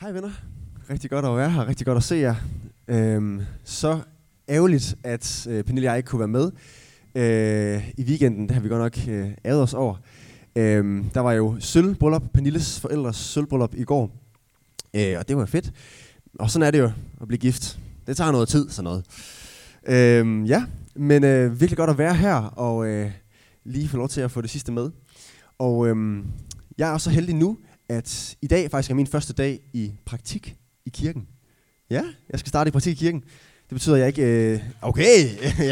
Hej venner. Rigtig godt at være her. Rigtig godt at se jer. Så ærgerligt, at Pernille og jeg ikke kunne være med i weekenden. Det har vi godt nok ærget os over. Der var jo sølvbryllup, Pernilles forældres sølvbryllup i går. Og det var fedt. Og sådan er det jo at blive gift. Det tager noget tid, sådan noget. Men virkelig godt at være her og lige få lov til at få det sidste med. Og jeg er også så heldig nu, at i dag faktisk er min første dag i praktik i kirken. Ja, jeg skal starte i praktik i kirken. Det betyder, at jeg ikke... Okay.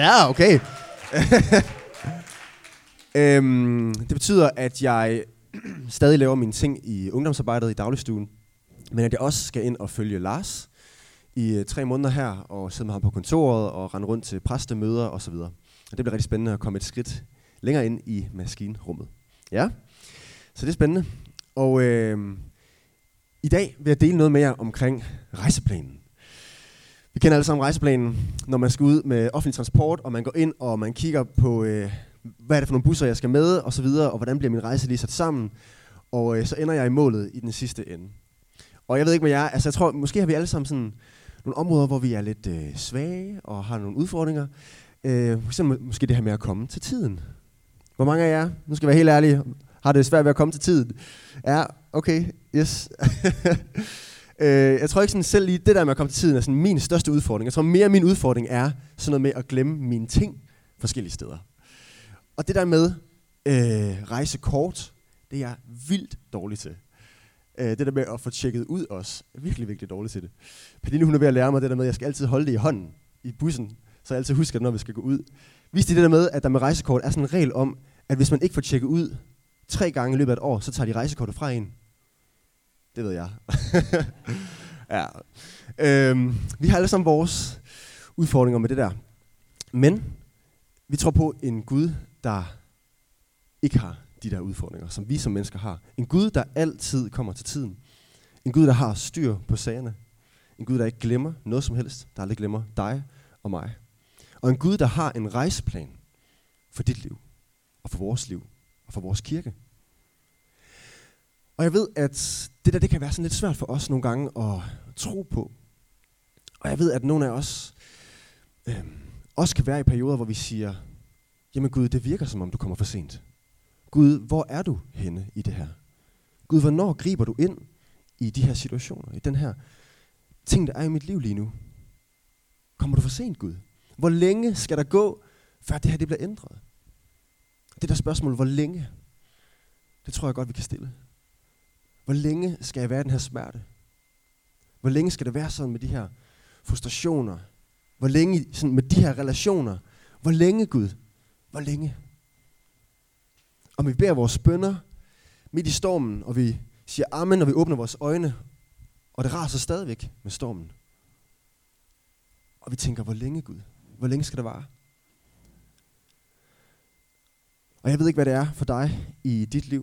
Det betyder, at jeg stadig laver mine ting i ungdomsarbejdet i dagligstuen, men at jeg også skal ind og følge Lars i 3 måneder her, og sidde med ham på kontoret og rende rundt til præstemøder osv. Og det bliver rigtig spændende at komme et skridt længere ind i maskinrummet. Ja, så det er spændende. Og i dag vil jeg dele noget med jer omkring rejseplanen. Vi kender alle sammen rejseplanen, når man skal ud med offentlig transport, og man går ind, og man kigger på, hvad er det for nogle busser, jeg skal med, og så videre, og hvordan bliver min rejse lige sat sammen. Og så ender jeg i målet i den sidste ende. Og jeg ved ikke med jer, altså jeg tror, måske har vi alle sammen sådan nogle områder, hvor vi er lidt svage, og har nogle udfordringer. For eksempel måske det her med at komme til tiden. Hvor mange af jer, nu skal jeg være helt ærlig, har det svært ved at komme til tiden? Ja, okay, yes. Jeg tror ikke sådan selv lige, det der med at komme til tiden er sådan min største udfordring. Jeg tror mere min udfordring er sådan noget med at glemme mine ting forskellige steder. Og det der med rejse kort, det er jeg vildt dårlig til. Det der med at få tjekket ud også, er virkelig, virkelig dårlig til det. Pernille, hun er ved at lære mig det der med, at jeg skal altid holde det i hånden i bussen, så jeg altid husker det, når vi skal gå ud. Vidste I det der med, at der med rejsekort er sådan en regel om, at hvis man ikke får tjekket ud 3 gange i løbet af et år, så tager de rejsekortet fra en. Det ved jeg. Ja. Vi har alle sammen vores udfordringer med det der. Men vi tror på en Gud, der ikke har de der udfordringer, som vi som mennesker har. En Gud, der altid kommer til tiden. En Gud, der har styr på sagerne. En Gud, der ikke glemmer noget som helst. Der aldrig glemmer dig og mig. Og en Gud, der har en rejseplan for dit liv. Og for vores liv. Og for vores kirke. Og jeg ved, at det kan være sådan lidt svært for os nogle gange at tro på. Og jeg ved, at nogle af os også kan være i perioder, hvor vi siger, jamen Gud, det virker som om du kommer for sent. Gud, hvor er du henne i det her? Gud, hvornår griber du ind i de her situationer, i den her ting, der er i mit liv lige nu? Kommer du for sent, Gud? Hvor længe skal der gå, før det her det bliver ændret? Det der spørgsmål, hvor længe? Det tror jeg godt, vi kan stille. Hvor længe skal jeg være i den her smerte? Hvor længe skal det være sådan med de her frustrationer? Hvor længe sådan med de her relationer? Hvor længe, Gud? Hvor længe? Og vi beder vores bønner midt i stormen, og vi siger amen, og vi åbner vores øjne, og det raser stadigvæk med stormen. Og vi tænker, hvor længe, Gud? Hvor længe skal det vare? Og jeg ved ikke, hvad det er for dig i dit liv.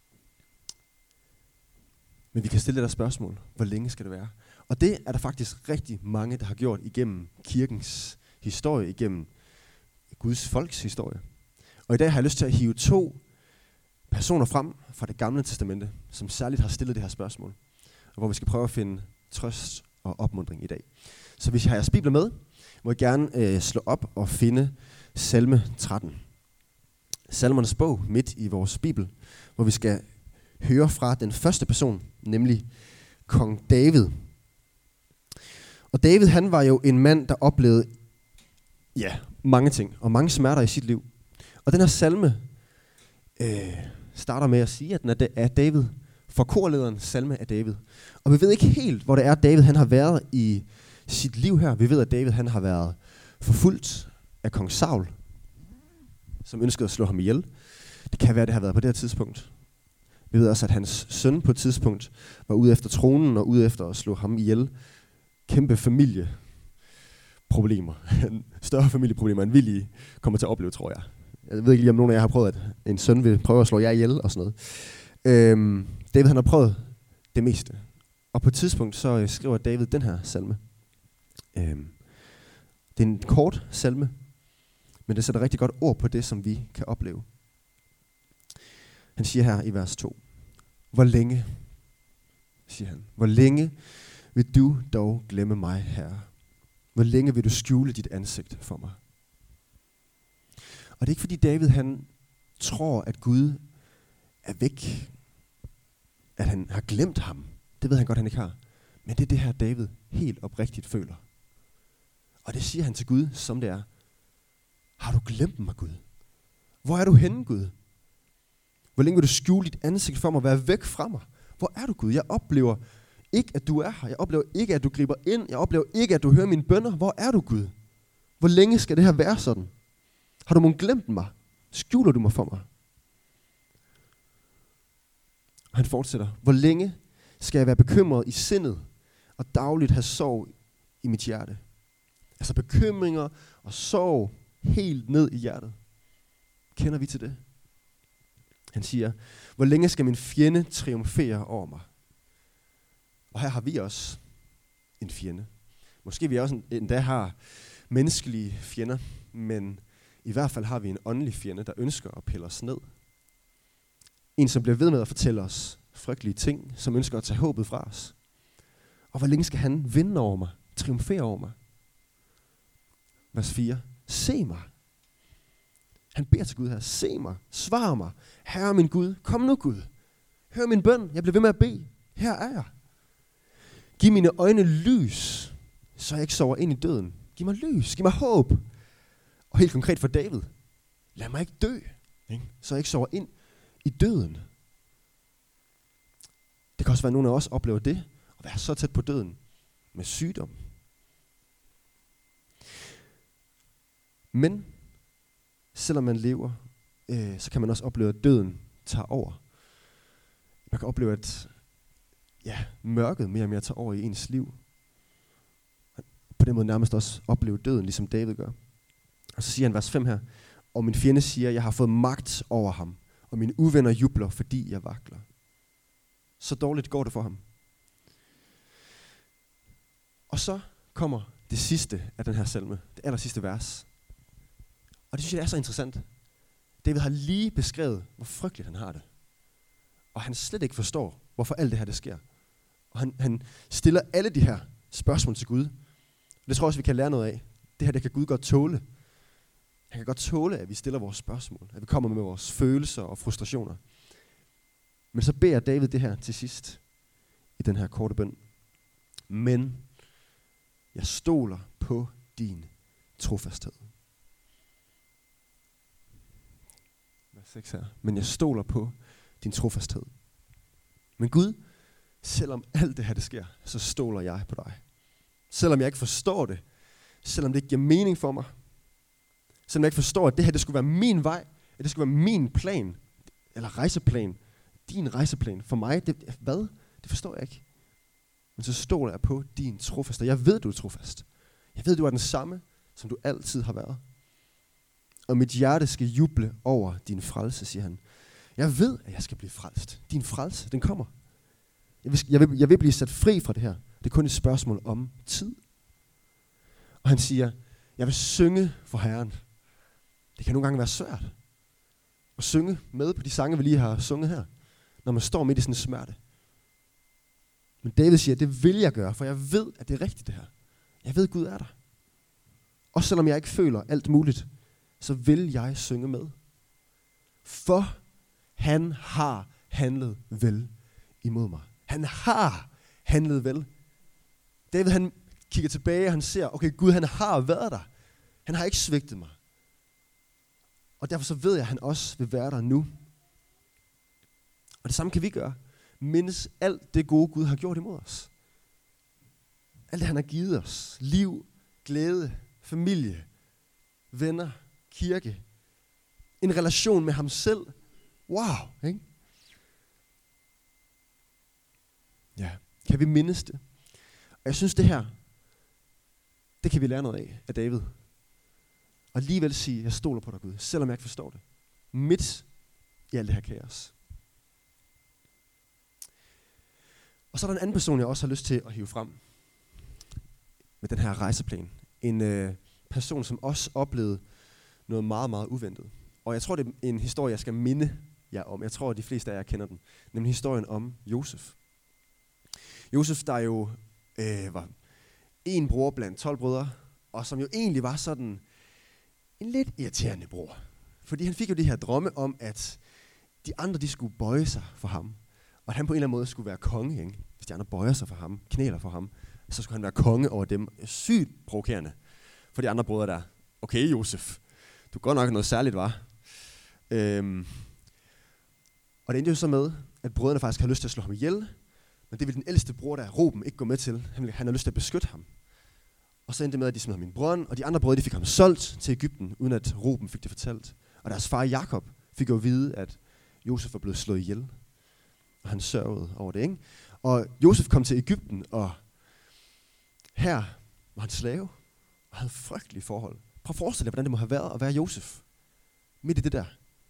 Men vi kan stille dig spørgsmål. Hvor længe skal det være? Og det er der faktisk rigtig mange, der har gjort igennem kirkens historie, igennem Guds folks historie. Og i dag har jeg lyst til at hive 2 personer frem fra det gamle testamente, som særligt har stillet det her spørgsmål. Og hvor vi skal prøve at finde trøst og opmuntring i dag. Så hvis I har jeres bibler med, må I gerne slå op og finde salme 13. Salmernes bog midt i vores bibel, hvor vi skal høre fra den første person, nemlig kong David. Og David, han var jo en mand, der oplevede mange ting og mange smerter i sit liv. Og den her salme starter med at sige, at den er af David, for korlederen salme af David. Og vi ved ikke helt, hvor det er, David han har været i sit liv her. Vi ved, at David han har været forfulgt af kong Saul, som ønskede at slå ham ihjel. Det kan være, det har været på det her tidspunkt. Vi ved også, at hans søn på et tidspunkt var ude efter tronen og ude efter at slå ham ihjel. Kæmpe familieproblemer. Større familieproblemer, end vi lige kommer til at opleve, tror jeg. Jeg ved ikke lige, om nogen af jer har prøvet, at en søn vil prøve at slå jer ihjel og sådan noget. David han har prøvet det meste. Og på et tidspunkt så skriver David den her salme. Det er en kort salme, men det sætter rigtig godt ord på det, som vi kan opleve. Han siger her i vers 2. Hvor længe? siger han. Hvor længe vil du dog glemme mig, Herre? Hvor længe vil du skjule dit ansigt for mig? Og det er ikke fordi David han tror, at Gud er væk. At han har glemt ham. Det ved han godt, han ikke har. Men det er det her, David helt oprigtigt føler. Og det siger han til Gud, som det er. Har du glemt mig, Gud? Hvor er du henne, Gud? Hvor længe vil du skjule dit ansigt for mig, være væk fra mig? Hvor er du, Gud? Jeg oplever ikke, at du er her. Jeg oplever ikke, at du griber ind. Jeg oplever ikke, at du hører mine bønner. Hvor er du, Gud? Hvor længe skal det her være sådan? Har du måske glemt mig? Skjuler du mig for mig? Og han fortsætter. Hvor længe skal jeg være bekymret i sindet og dagligt have sorg i mit hjerte? Altså bekymringer og sorg helt ned i hjertet. Kender vi til det? Han siger, hvor længe skal min fjende triumfere over mig? Og her har vi også en fjende. Måske vi også endda har menneskelige fjender, men i hvert fald har vi en åndelig fjende, der ønsker at pille os ned. En, som bliver ved med at fortælle os frygtelige ting, som ønsker at tage håbet fra os. Og hvor længe skal han vinde over mig, triumfere over mig? Vers 4. Se mig. Han beder til Gud her. Se mig. Svar mig. Herre min Gud. Kom nu, Gud. Hør min bøn. Jeg bliver ved med at bede. Her er jeg. Giv mine øjne lys, så jeg ikke sover ind i døden. Giv mig lys. Giv mig håb. Og helt konkret for David. Lad mig ikke dø, ikke? Så jeg ikke sover ind i døden. Det kan også være, at nogle af os oplever det. At være så tæt på døden. Med sygdom. Men selvom man lever, så kan man også opleve, at døden tager over. Man kan opleve, at mørket mere og mere tager over i ens liv. På den måde nærmest også opleve døden, ligesom David gør. Og så siger han vers 5 her, og min fjende siger, jeg har fået magt over ham, og mine uvenner jubler, fordi jeg vakler. Så dårligt går det for ham. Og så kommer det sidste af den her salme, det aller sidste vers. Og det synes jeg er så interessant. David har lige beskrevet, hvor frygteligt han har det. Og han slet ikke forstår, hvorfor alt det her det sker. Og han stiller alle de her spørgsmål til Gud. Det tror jeg også, vi kan lære noget af. Det her, det kan Gud godt tåle. Han kan godt tåle, at vi stiller vores spørgsmål. At vi kommer med vores følelser og frustrationer. Men så beder David det her til sidst. I den her korte bøn. Men jeg stoler på din trofasthed. Vers 6 her. Men jeg stoler på din trofasthed. Men Gud, selvom alt det her det sker, så stoler jeg på dig. Selvom jeg ikke forstår det, selvom det ikke giver mening for mig, selvom jeg ikke forstår, at det her det skulle være min vej, at det skulle være min plan, eller rejseplan, din rejseplan for mig, hvad? Det forstår jeg ikke. Men så stoler jeg på din trofasthed. Jeg ved, du er trofast. Jeg ved, du er den samme, som du altid har været. Og mit hjerte skal juble over din frelse, siger han. Jeg ved, at jeg skal blive frelst. Din frelse, den kommer. Jeg vil blive sat fri fra det her. Det er kun et spørgsmål om tid. Og han siger, jeg vil synge for Herren. Det kan nogle gange være svært at synge med på de sange, vi lige har sunget her, når man står midt i sådan en smerte. Men David siger, det vil jeg gøre, for jeg ved, at det er rigtigt det her. Jeg ved, at Gud er der. Og selvom jeg ikke føler alt muligt, så vil jeg synge med. For han har handlet vel imod mig. Han har handlet vel. David han kigger tilbage, og han ser, okay, Gud han har været der. Han har ikke svigtet mig. Og derfor så ved jeg, at han også vil være der nu. Og det samme kan vi gøre. Mindes alt det gode, Gud har gjort imod os. Alt det, han har givet os. Liv, glæde, familie, venner, kirke. En relation med ham selv. Wow, ikke? Ja, kan vi mindes det? Og jeg synes det her, det kan vi lære noget af David. Og alligevel sige, jeg stoler på dig, Gud, selvom jeg ikke forstår det. Midt i alt det her kaos. Og så er der en anden person, jeg også har lyst til at hive frem. Med den her rejseplan. En person, som også oplevede noget meget, meget uventet. Og jeg tror, det er en historie, jeg skal minde jer om. Jeg tror, at de fleste af jer kender den. Nemlig historien om Josef. Josef, der jo var en bror blandt 12 brødre, og som jo egentlig var sådan en lidt irriterende bror. Fordi han fik jo det her drømme om, at de andre de skulle bøje sig for ham, og at han på en eller anden måde skulle være konge, ikke? Hvis de andre bøjer sig for ham, knæler for ham, så skulle han være konge over dem. Sygt provokerende for de andre brødre der. Okay, Josef, du går nok noget særligt, var. Og det endte jo så med, at brødrene faktisk havde lyst til at slå ham ihjel, men det ville den ældste bror der, Ruben, ikke gå med til. Han havde lyst til at beskytte ham. Og så endte det med, at de smed ham i en brønd, og de andre brødre de fik ham solgt til Egypten, uden at Ruben fik det fortalt. Og deres far Jakob fik jo at vide, at Josef var blevet slået ihjel. Og han sørgede over det, ikke? Og Josef kom til Egypten, og her var han slave, og havde frygtelige forhold. Prøv at forestille dig, hvordan det må have været at være Josef. Midt i det der.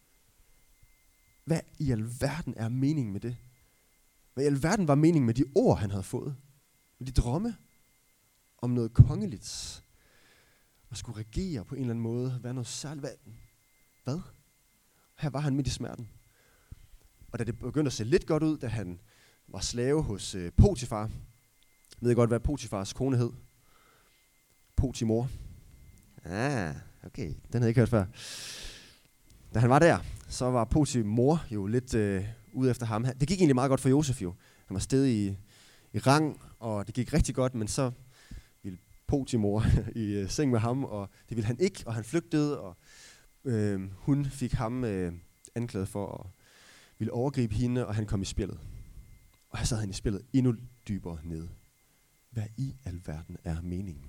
Hvad i alverden er meningen med det? Hvad i alverden var meningen med de ord, han havde fået? Med de drømme om noget kongeligt? Og skulle regere på en eller anden måde, være noget særligt. Hvad? Her var han midt i smerten. Og da det begyndte at se lidt godt ud, da han var slave hos Potifar. Ved I godt, hvad Potifars kone hed? Potimor. Ah, okay. Den havde jeg ikke hørt før. Da han var der, så var Potimor jo lidt ude efter ham. Det gik egentlig meget godt for Josef jo. Han var steget i rang, og det gik rigtig godt, men så ville Potimor i seng med ham, og det ville han ikke, og han flygtede, og hun fik ham anklaget for at ville overgribe hende, og han kom i spillet. Og her sad han i spillet endnu dybere nede. Hvad i alverden er meningen?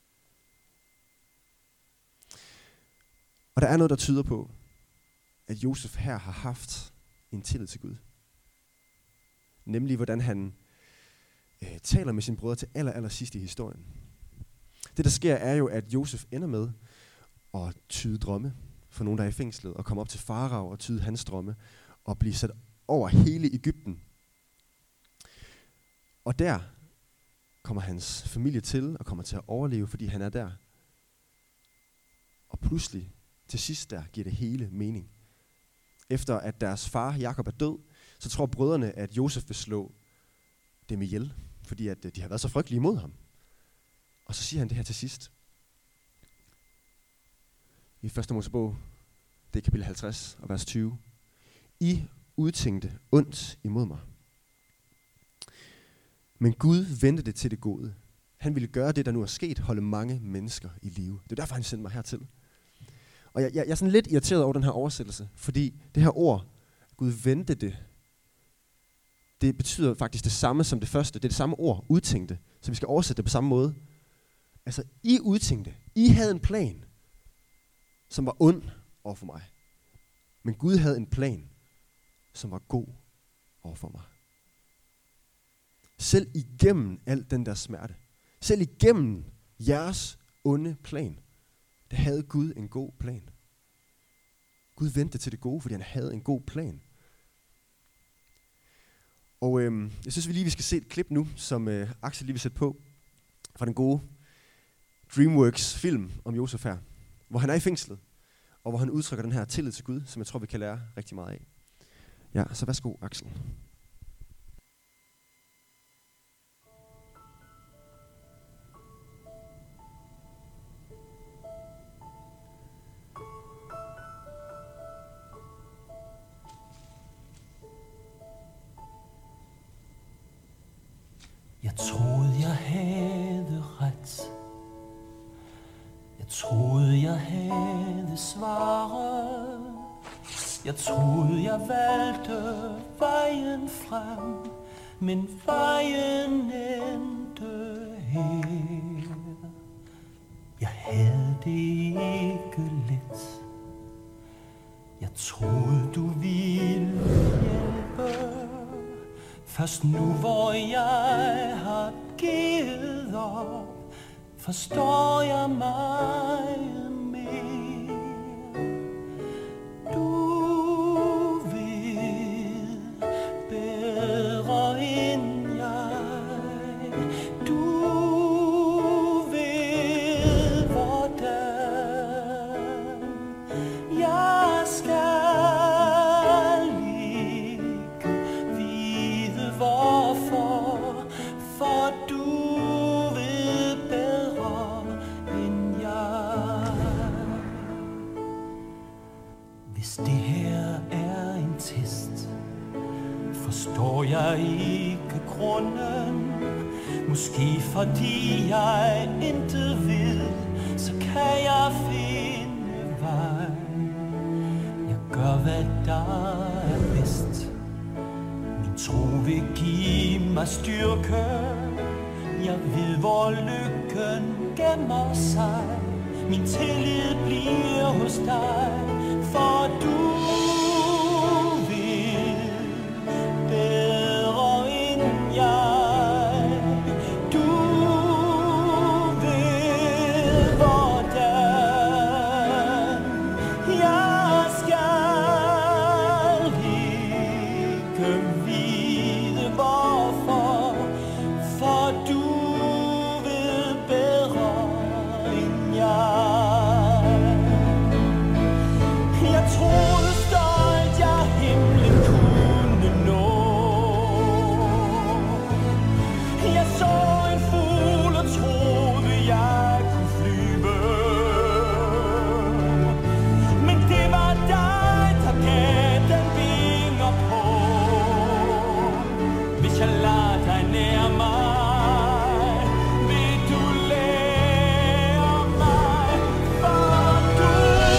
Og der er noget, der tyder på, at Josef her har haft en tillid til Gud. Nemlig, hvordan han taler med sine brødre til aller sidst i historien. Det, der sker, er jo, at Josef ender med at tyde drømme for nogen, der er i fængslet, og komme op til Farao og tyde hans drømme, og blive sat over hele Egypten. Og der kommer hans familie til, og kommer til at overleve, fordi han er der. Og pludselig, til sidst der, giver det hele mening. Efter at deres far, Jakob, er død, så tror brødrene, at Josef vil slå dem ihjel, fordi at de har været så frygtelige imod ham. Og så siger han det her til sidst. I 1. Mosebog, det er kapitel 50 og vers 20. I udtænkte ondt imod mig. Men Gud vendte det til det gode. Han ville gøre det, der nu er sket, holde mange mennesker i live. Det er derfor, han sendte mig hertil. Og jeg er sådan lidt irriteret over den her oversættelse, fordi det her ord, Gud vendte det, det betyder faktisk det samme som det første. Det er det samme ord, udtænkte, så vi skal oversætte det på samme måde. Altså, I udtænkte. I havde en plan, som var ond over for mig. Men Gud havde en plan, som var god over for mig. Selv igennem al den der smerte, selv igennem jeres onde plan, der havde Gud en god plan. Gud vendte til det gode, fordi han havde en god plan. Og jeg synes vi skal se et klip nu, som Axel lige vil sætte på, fra den gode DreamWorks film om Josef her, hvor han er i fængslet, og hvor han udtrykker den her tillid til Gud, som jeg tror vi kan lære rigtig meget af. Ja, så værsgo Axel. Jeg troede, jeg havde ret. Jeg troede, jeg havde svaret. Jeg troede, jeg valgte vejen frem, men vejen endte her. Jeg havde det ikke let. Jeg troede, du ville hjælpe. Først nu, hvor jeg har givet op, forstår jeg mig mere. Du ved bedre end jeg. Du ved, hvordan jeg skal. du ved bedre end jeg. Hvis det her er en test, forstår jeg ikke grunden. Måske fordi jeg intet ved, så kan jeg finde vej. Jeg gør hvad der er bedst. Min tro vil give mig styrke. Jeg ved hvor lykken gemmer sig. Min tillid bliver hos dig, for du vil bedre end jeg. Du ved hvordan jeg skal ikke vide hvorfor, for du ved bedre end jeg. Jeg troede stolt, jeg himlen kunne nå. Jeg så en fugl og troede, jeg kunne flyve. Men det var dig, der gav den vinger på. Hvis jeg lader dig nær mig, vil du lære mig, for du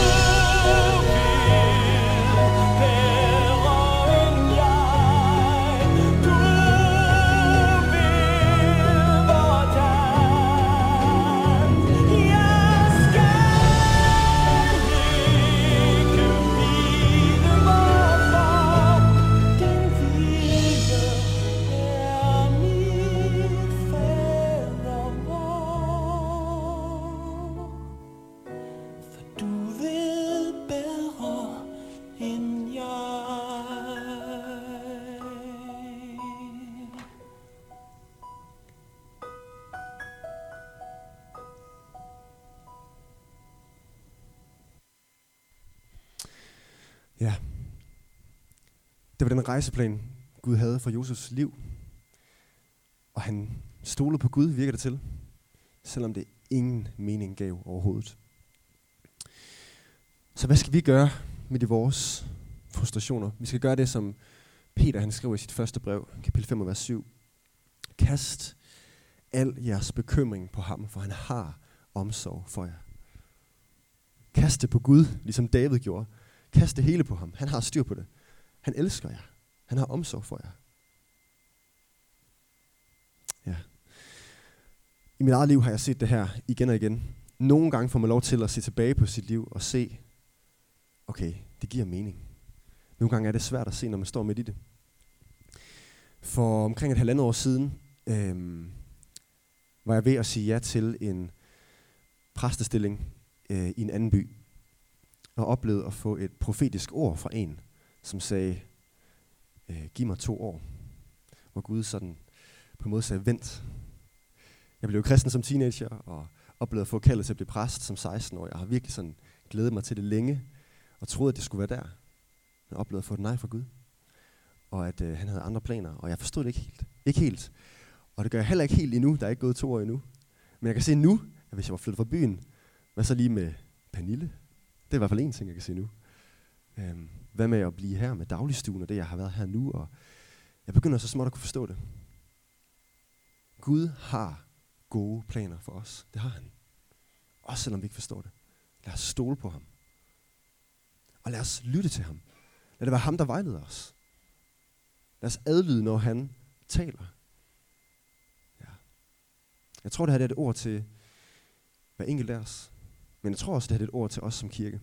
ved bedre end jeg. Du ved hvordan jeg skal ikke vide hvorfor. Den vilje er mit fadervor, for du ved bedre end jeg. Ja. Det var den rejseplan, Gud havde for Josefs liv. Og han stolede på Gud, virker det til, selvom det ingen mening gav overhovedet. Så hvad skal vi gøre med de vores frustrationer? Vi skal gøre det, som Peter han skriver i sit første brev, kapitel 5, vers 7. Kast al jeres bekymring på ham, for han har omsorg for jer. Kast det på Gud, ligesom David gjorde. Kast det hele på ham. Han har styr på det. Han elsker jer. Han har omsorg for jer. Ja. I mit eget liv har jeg set det her igen og igen. Nogle gange får man lov til at se tilbage på sit liv og se, okay, det giver mening. Nogle gange er det svært at se, når man står midt i det. For omkring 1,5 år siden var jeg ved at sige ja til en præstestilling i en anden by. Og oplevede at få et profetisk ord fra en, som sagde, giv mig 2 år. Hvor Gud sådan på en måde sagde, vent. Jeg blev kristen som teenager, og oplevede at få kaldet til at blive præst som 16-årig. Jeg har virkelig sådan glædet mig til det længe, og troede, at det skulle være der. Men oplevede at få et nej fra Gud. Og at han havde andre planer, og jeg forstod det ikke helt. Ikke helt. Og det gør jeg heller ikke helt endnu. Der er ikke gået 2 år endnu. Men jeg kan se nu, at hvis jeg var flyttet fra byen, hvad så lige med Pernille? Det er i hvert fald en ting, jeg kan se nu. Hvad med at blive her med dagligstuen og det, jeg har været her nu? Og jeg begynder så småt at kunne forstå det. Gud har gode planer for os. Det har han. Også selvom vi ikke forstår det. Lad os stole på ham. Og lad os lytte til ham. Lad det være ham, der vejleder os. Lad os adlyde, når han taler. Ja. Jeg tror, det her er et ord til hver enkelt af os. Men jeg tror også, det her er et ord til os som kirke.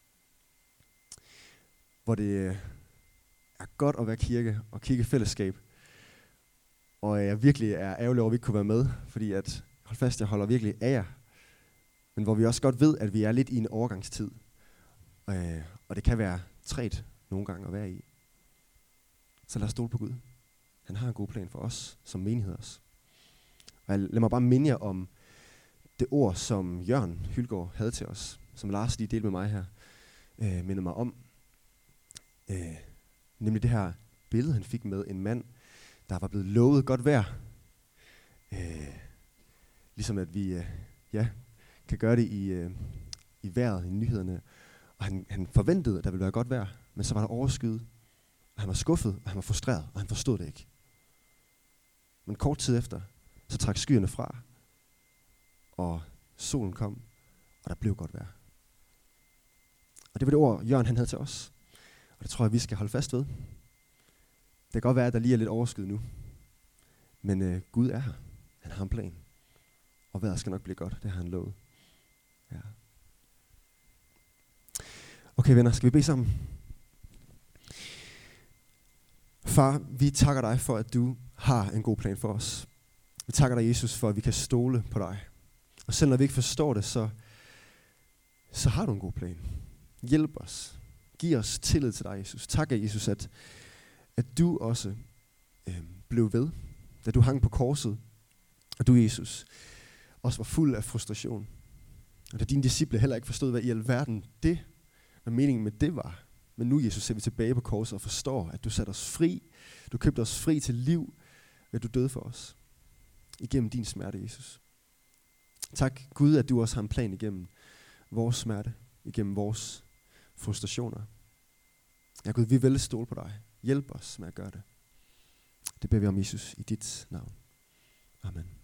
Hvor det er godt at være kirke og kirkefællesskab. Og jeg virkelig er ærgerlig over, at vi ikke kunne være med. Fordi at, hold fast, jeg holder virkelig af jer. Men hvor vi også godt ved, at vi er lidt i en overgangstid. Og det kan være træt nogle gange at være i. Så lad os stole på Gud. Han har en god plan for os, som menighed også. Og lad mig bare minde jer om det ord, som Jørgen Hylgaard havde til os, som Lars lige delte med mig her, mindede mig om. Nemlig det her billede, han fik med en mand, der var blevet lovet godt vejr. Ligesom at vi kan gøre det i vejret, i nyhederne. Og han forventede, at der ville være godt vejr, men så var der overskyet. Og han var skuffet, og han var frustreret, og han forstod det ikke. Men kort tid efter, så trak skyerne fra, og solen kom, og der blev godt vejr. Og det var det ord, Jørgen han havde til os. Og det tror jeg, vi skal holde fast ved. Det kan godt være, at der lige er lidt overskyet nu. Men Gud er her. Han har en plan. Og vejret skal nok blive godt. Det har han lovet. Ja. Okay venner, skal vi bede sammen? Far, vi takker dig for, at du har en god plan for os. Vi takker dig, Jesus, for at vi kan stole på dig. Og selv når vi ikke forstår det, så har du en god plan. Hjælp os. Giv os tillid til dig, Jesus. Tak, Jesus, at du også blev ved, da du hang på korset, og du, Jesus, også var fuld af frustration. Og da dine disciple heller ikke forstod, hvad i alverden hvad meningen med det var. Men nu, Jesus, ser vi tilbage på korset og forstår, at du satte os fri. Du købte os fri til liv, ved at du døde for os. Igennem din smerte, Jesus. Tak, Gud, at du også har en plan igennem vores smerte, igennem vores frustrationer. Ja, Gud, vi vil stole på dig. Hjælp os med at gøre det. Det beder vi om, Jesus, i dit navn. Amen.